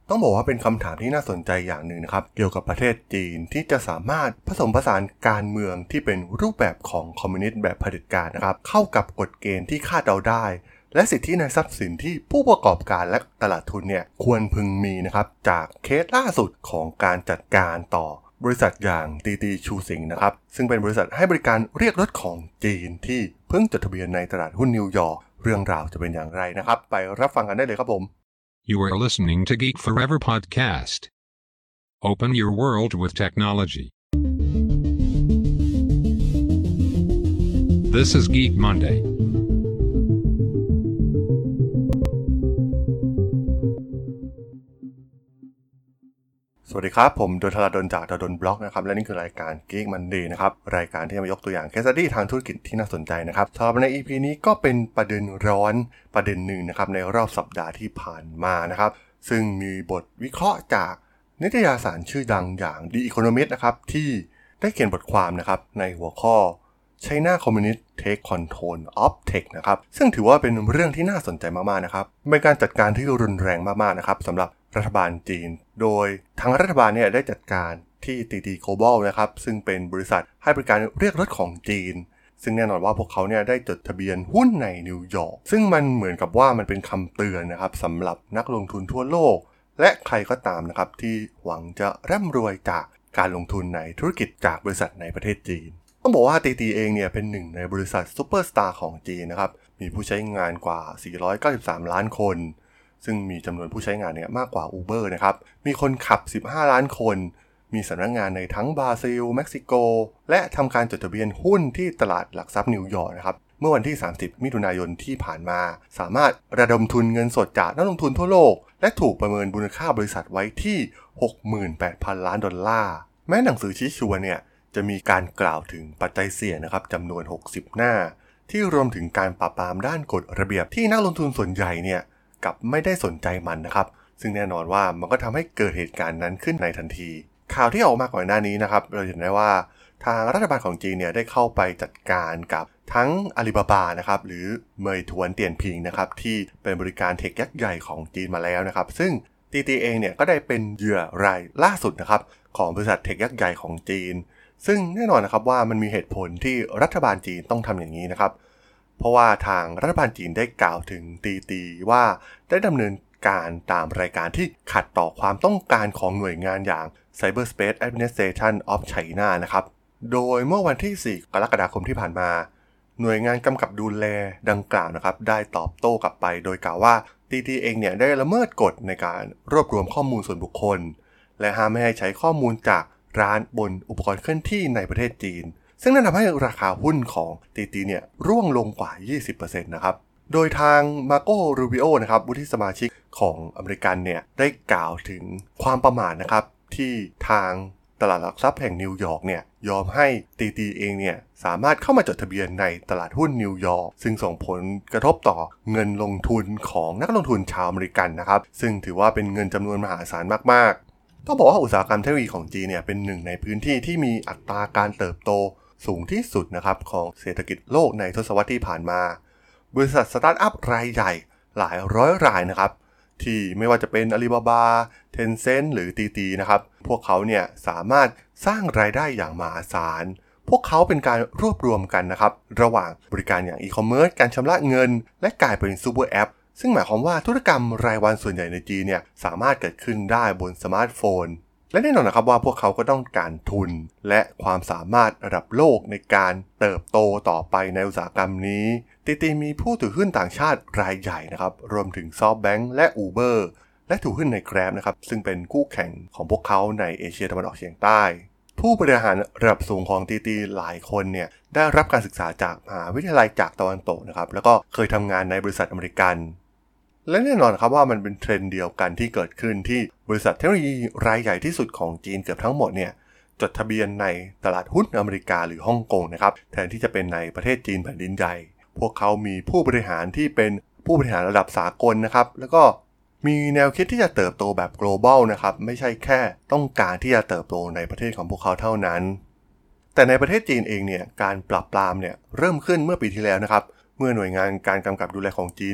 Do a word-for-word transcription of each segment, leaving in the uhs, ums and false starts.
ต้องบอกว่าเป็นคำถามที่น่าสนใจอย่างหนึ่งนะครับเกี่ยวกับประเทศจีนที่จะสามารถผสมผสานการเมืองที่เป็นรูปแบบของคอมมิวนิสต์แบบเผด็จการนะครับเข้ากับกฎเกณฑ์ที่คาดเดาได้และสิทธิในทรัพย์สินที่ผู้ประกอบการและตลาดทุนเนี่ยควรพึงมีนะครับจากเคสล่าสุดของการจัดการต่อบริษัทอย่างตีตีชูสิงนะครับซึ่งเป็นบริษัทให้บริการเรียกรถของจีนที่เพิ่งจดทะเบียนในตลาดหุ้นนิวยอร์กเรื่องราวจะเป็นอย่างไรนะครับไปรับฟังกันได้เลยครับผม You are listening to Geek Forever podcast. Open your world with technology. This is Geek Monday. สวัสดีครับผมดลธราดลจากดลบล็อกนะครับและนี่คือรายการ Geek Monday นะครับรายการที่จะมายกตัวอย่าง Case Study ทางธุรกิจที่น่าสนใจนะครับสำหรับใน อี พี นี้ก็เป็นประเด็นร้อนประเด็นหนึ่งนะครับในรอบสัปดาห์ที่ผ่านมานะครับซึ่งมีบทวิเคราะห์จากนิตยสารชื่อดังอย่าง The Economist นะครับที่ได้เขียนบทความนะครับในหัวข้อ China Communist Take Control of Tech นะครับซึ่งถือว่าเป็นเรื่องที่น่าสนใจมากๆนะครับเป็นการจัดการที่รุนแรงมากๆนะครับสำหรับรัฐบาลจีนโดยทางรัฐบาลเนี่ยได้จัดการที่ ที ที Global นะครับซึ่งเป็นบริษัทให้บริการเรียกรถของจีนซึ่งแน่นอนว่าพวกเขาเนี่ยได้จดทะเบียนหุ้นในนิวยอร์กซึ่งมันเหมือนกับว่ามันเป็นคำเตือนนะครับสำหรับนักลงทุนทั่วโลกและใครก็ตามนะครับที่หวังจะร่ำรวยจากการลงทุนในธุรกิจจากบริษัทในประเทศจีนต้องบอกว่า ที ที เองเนี่ยเป็นหนึ่งในบริษัทซุปเปอร์สตาร์ของจีนนะครับมีผู้ใช้งานกว่าสี่ร้อยเก้าสิบสามล้านคนซึ่งมีจำนวนผู้ใช้งานเนี่ยมากกว่า Uber นะครับมีคนขับสิบห้าล้านคนมีสำนักงานในทั้งบราซิลเม็กซิโกและทำการจดทะเบียนหุ้นที่ตลาดหลักทรัพย์นิวยอร์กนะครับเมื่อวันที่สามสิบมิถุนายนที่ผ่านมาสามารถระดมทุนเงินสดจากนักลงทุนทั่วโลกและถูกประเมินมูลค่าบริษัทไว้ที่ หกหมื่นแปดพัน ล้านดอลลาร์แม้หนังสือชี้ชวนเนี่ยจะมีการกล่าวถึงปัจจัยเสี่ยงนะครับจำนวนหกสิบหน้าที่รวมถึงการปราบปรามด้านกฎระเบียบที่นักลงทุนส่วนใหญ่เนี่ยกับไม่ได้สนใจมันนะครับซึ่งแน่นอนว่ามันก็ทำให้เกิดเหตุการณ์นั้นขึ้นในทันทีข่าวที่ออกมาก่อนหน้านี้นะครับเราเห็นได้ว่าทางรัฐบาลของจีนเนี่ยได้เข้าไปจัดการกับทั้งอาลีบาบานะครับหรือเมยถวนเตี่ยนผิงนะครับที่เป็นบริการเทคยักษ์ใหญ่ของจีนมาแล้วนะครับซึ่ง ที ที เองเนี่ยก็ได้เป็นเหยื่อรายล่าสุดนะครับของบริษัทเทคยักษ์ใหญ่ของจีนซึ่งแน่นอนนะครับว่ามันมีเหตุผลที่รัฐบาลจีนต้องทำอย่างนี้นะครับเพราะว่าทางรัฐบาลจีนได้กล่าวถึง ที ที ว่าได้ดำเนินการตามรายการที่ขัดต่อความต้องการของหน่วยงานอย่าง Cyberspace Administration of China นะครับโดยเมื่อวันที่สี่กรกฎาคมที่ผ่านมาหน่วยงานกำกับดูแลดังกล่าวนะครับได้ตอบโต้กลับไปโดยกล่าวว่า ที ที เองเนี่ยได้ละเมิดกฎในการรวบรวมข้อมูลส่วนบุคคลและห้ามไม่ให้ใช้ข้อมูลจากร้านบนอุปกรณ์เคลื่อนที่ในประเทศจีนซึ่งนั่นทำให้ราคาหุ้นของ ที ที เนี่ยร่วงลงกว่า ยี่สิบเปอร์เซ็นต์ นะครับโดยทางมาโกรูบิโอนะครับวุฒิสมาชิกของอเมริกันเนี่ยได้กล่าวถึงความประมาทนะครับที่ทางตลาดหลักทรัพย์แห่งนิวยอร์กเนี่ยยอมให้ ที ที เองเนี่ยสามารถเข้ามาจดทะเบียนในตลาดหุ้นนิวยอร์กซึ่งส่งผลกระทบต่อเงินลงทุนของนักลงทุนชาวอเมริกันนะครับซึ่งถือว่าเป็นเงินจำนวนมหาศาลมากๆต้องบอกว่าอุตสาหกรรมเทคโนโลยีของจีนเนี่ยเป็นหนึ่งในพื้นที่ที่มีอัตราการเติบโตสูงที่สุดนะครับของเศรษฐกิจโลกในทศวรรษที่ผ่านมาบริษัทสตาร์ทอัพรายใหญ่หลายร้อยรายนะครับที่ไม่ว่าจะเป็น Alibaba, Tencent หรือ ที ที นะครับพวกเขาเนี่ยสามารถสร้างรายได้อย่างมหาศาลพวกเขาเป็นการรวบรวมกันนะครับระหว่างบริการอย่างอีคอมเมิร์ซการชำระเงินและกลายเป็นซูเปอร์แอปซึ่งหมายความว่าธุรกรรมรายวันส่วนใหญ่ในจีนเนี่ยสามารถเกิดขึ้นได้บนสมาร์ทโฟนและแน่นอนนะครับว่าพวกเขาก็ต้องการทุนและความสามารถระดับโลกในการเติบโตต่อไปในอุตสาหกรรมนี้ที ที มีผู้ถือหุ้นต่างชาติรายใหญ่นะครับรวมถึง SoftBank และ Uber และถือหุ้นใน Grab นะครับซึ่งเป็นคู่แข่งของพวกเขาในเอเชียตะวันออกเฉียงใต้ผู้บริหารระดับสูงของ ที ที หลายคนเนี่ยได้รับการศึกษาจากมหาวิทยาลัยจากตะวันตกนะครับแล้วก็เคยทำงานในบริษัทอเมริกันและแน่นอนครับว่ามันเป็นเทรนด์เดียวกันที่เกิดขึ้นที่บริษัทเทคโนโลยีรายใหญ่ที่สุดของจีนเกือบทั้งหมดเนี่ยจดทะเบียนในตลาดหุ้นอเมริกาหรือฮ่องกงนะครับแทนที่จะเป็นในประเทศจีนแผ่นดินใหญ่พวกเขามีผู้บริหารที่เป็นผู้บริหารระดับสากลนะครับแล้วก็มีแนวคิดที่จะเติบโตแบบ global นะครับไม่ใช่แค่ต้องการที่จะเติบโตในประเทศของพวกเขาเท่านั้นแต่ในประเทศจีนเองเนี่ยการปราบปรามเนี่ยเริ่มขึ้นเมื่อปีที่แล้วนะครับเมื่อหน่วยงานการกำกับดูแลของจีนเนี่ย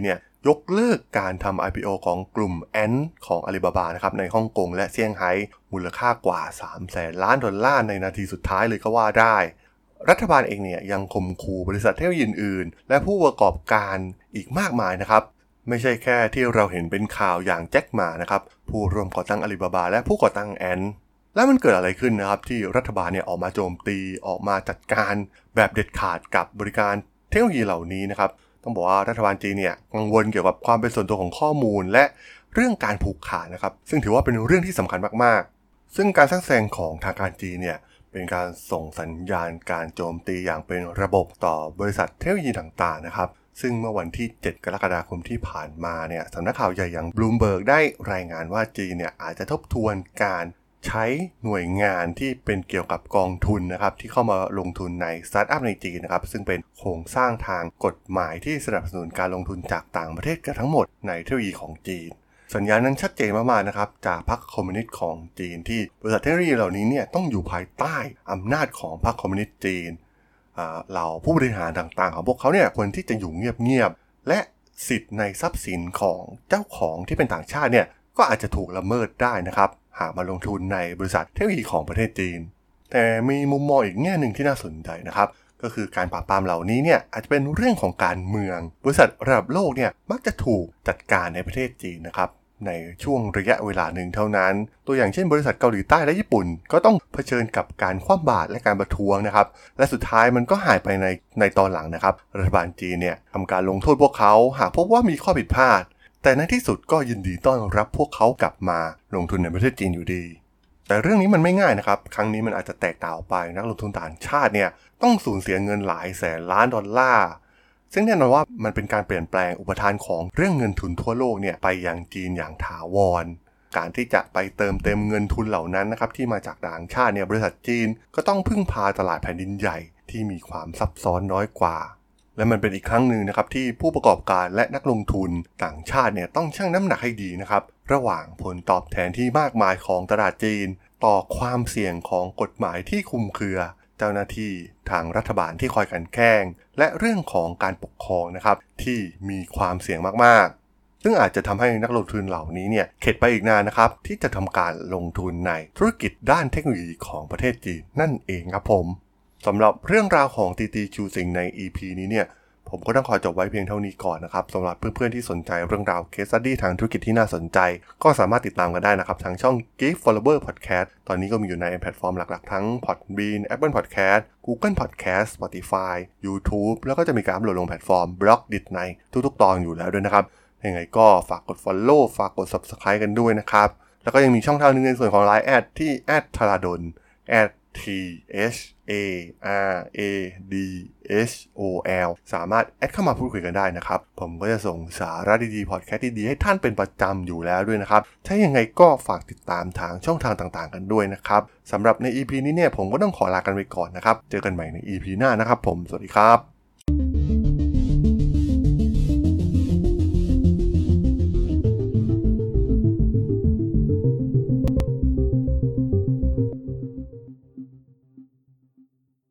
ยกเลิกการทำ ไอ พี โอ ของกลุ่ม Ant ของ Alibaba นะครับในฮ่องกงและเซี่ยงไฮ้มูลค่ากว่าสามแสนล้านดอลลาร์ในนาทีสุดท้ายเลยก็ว่าได้รัฐบาลเองเนี่ยยังข่มขู่บริษัทเทคโนโลยีอื่นๆและผู้ประกอบการอีกมากมายนะครับไม่ใช่แค่ที่เราเห็นเป็นข่าวอย่างแจ็คหม่านะครับผู้ร่วมก่อตั้ง Alibaba และผู้ก่อตั้ง Ant แล้วมันเกิดอะไรขึ้นนะครับที่รัฐบาลเนี่ยออกมาโจมตีออกมาจัดการแบบเด็ดขาดกับบริการเทคโนโลยีเหล่านี้นะครับต้องบอกว่ารัฐบาลจีนเนี่ยกังวลเกี่ยวกับความเป็นส่วนตัวของข้อมูลและเรื่องการผูกขาดนะครับซึ่งถือว่าเป็นเรื่องที่สำคัญมากๆซึ่งการแทรกแซงของทางการจีนเนี่ยเป็นการส่งสัญญาณการโจมตีอย่างเป็นระบบต่อบริษัทเทคโนโลยีต่างๆนะครับซึ่งเมื่อวันที่เจ็ดกรกฎาคมที่ผ่านมาเนี่ยสำนักข่าวใหญ่อย่าง Bloomberg ได้รายงานว่าจีนเนี่ยอาจจะทบทวนการใช้หน่วยงานที่เป็นเกี่ยวกับกองทุนนะครับที่เข้ามาลงทุนในสตาร์ทอัพในจีนนะครับซึ่งเป็นโครงสร้างทางกฎหมายที่สนับสนุนการลงทุนจากต่างประเทศกันทั้งหมดในเทคโนโลยีของจีนสัญญาณนั้นชัดเจนมากๆนะครับจากพรรคคอมมิวนิสต์ของจีนที่บริษัทเทคโนโลยีเหล่านี้เนี่ยต้องอยู่ภายใต้อำนาจของพรรคคอมมิวนิสต์จีนเหล่าผู้บริหารต่างๆของพวกเขาเนี่ยควรที่จะอยู่เงียบๆและสิทธิ์ในทรัพย์สินของเจ้าของที่เป็นต่างชาติเนี่ยก็อาจจะถูกละเมิดได้นะครับหากมาลงทุนในบริษัทเทคโนโลยีของประเทศจีนแต่มีมุมมองอีกแง่หนึ่งที่น่าสนใจนะครับก็คือการปราบปรามเหล่านี้เนี่ยอาจจะเป็นเรื่องของการเมืองบริษัทระดับโลกเนี่ยมักจะถูกจัดการในประเทศจีนนะครับในช่วงระยะเวลาหนึ่งเท่านั้นตัวอย่างเช่นบริษัทเกาหลีใต้และญี่ปุ่นก็ต้องเผชิญกับการคว่ำบาตรและการประท้วงนะครับและสุดท้ายมันก็หายไปในในตอนหลังนะครับรัฐบาลจีนเนี่ยทำการลงโทษพวกเขาหากพบว่ามีข้อผิดพลาดแต่ในที่สุดก็ยินดีต้อนรับพวกเขากลับมาลงทุนในประเทศจีนอยู่ดีแต่เรื่องนี้มันไม่ง่ายนะครับครั้งนี้มันอาจจะแตกต่างออกไปนักลงทุนต่างชาติเนี่ยต้องสูญเสียเงินหลายแสนล้านดอลลาร์ซึ่งแน่นอนว่ามันเป็นการเปลี่ยนแปลงอุปทานของเรื่องเงินทุนทั่วโลกเนี่ยไปยังจีนอย่างถาวรการที่จะไปเติมเต็มเงินทุนเหล่านั้นนะครับที่มาจากต่างชาติเนี่ยบริษัทจีนก็ต้องพึ่งพาตลาดแผ่นดินใหญ่ที่มีความซับซ้อนน้อยกว่าและมันเป็นอีกครั้งหนึ่งนะครับที่ผู้ประกอบการและนักลงทุนต่างชาติเนี่ยต้องชั่งน้ำหนักให้ดีนะครับระหว่างผลตอบแทนที่มากมายของตลาดจีนต่อความเสี่ยงของกฎหมายที่คลุมเครือเจ้าหน้าที่ทางรัฐบาลที่คอยกลั่นแกล้งและเรื่องของการปกครองนะครับที่มีความเสี่ยงมากๆซึ่งอาจจะทำให้นักลงทุนเหล่านี้เนี่ยเข็ดไปอีกนานนะครับที่จะทำการลงทุนในธุรกิจด้านเทคโนโลยีของประเทศจีนนั่นเองครับผมสำหรับเรื่องราวของตีตีชูซิงใน อี พี นี้เนี่ยผมก็ต้องขอจบไว้เพียงเท่านี้ก่อนนะครับสำหรับเพื่อนๆที่สนใจเรื่องราว Case Study ทางธุรกิจที่น่าสนใจก็สามารถติดตามกันได้นะครับทางช่อง Geek Forever Podcast ตอนนี้ก็มีอยู่ในแพลตฟอร์มหลักๆทั้ง Podbean Apple Podcast Google Podcast Spotify YouTube แล้วก็จะมีการโหลดลงแพลตฟอร์ม Blogdit ในทุกๆตอนอยู่แล้วด้วยนะครับยังไงก็ฝากกด Follow ฝากกด Subscribe กันด้วยนะครับแล้วก็ยังมีช่องทางนึงในส่วนของ ไลน์ แอดที่ แอท ธาราดล แอท ที เอช เอ อาร์ เอ ดี เอช โอ แอล สามารถแอดเข้ามาพูดคุยกันได้นะครับผมก็จะส่งสาระดีๆพอดแคสต์ดีๆให้ท่านเป็นประจำอยู่แล้วด้วยนะครับถ้ายังไงก็ฝากติดตามทางช่องทางต่างๆกันด้วยนะครับสำหรับใน อี พี นี้เนี่ยผมก็ต้องขอลากันไปก่อนนะครับเจอกันใหม่ใน อี พี หน้านะครับผมสวัสดีครับ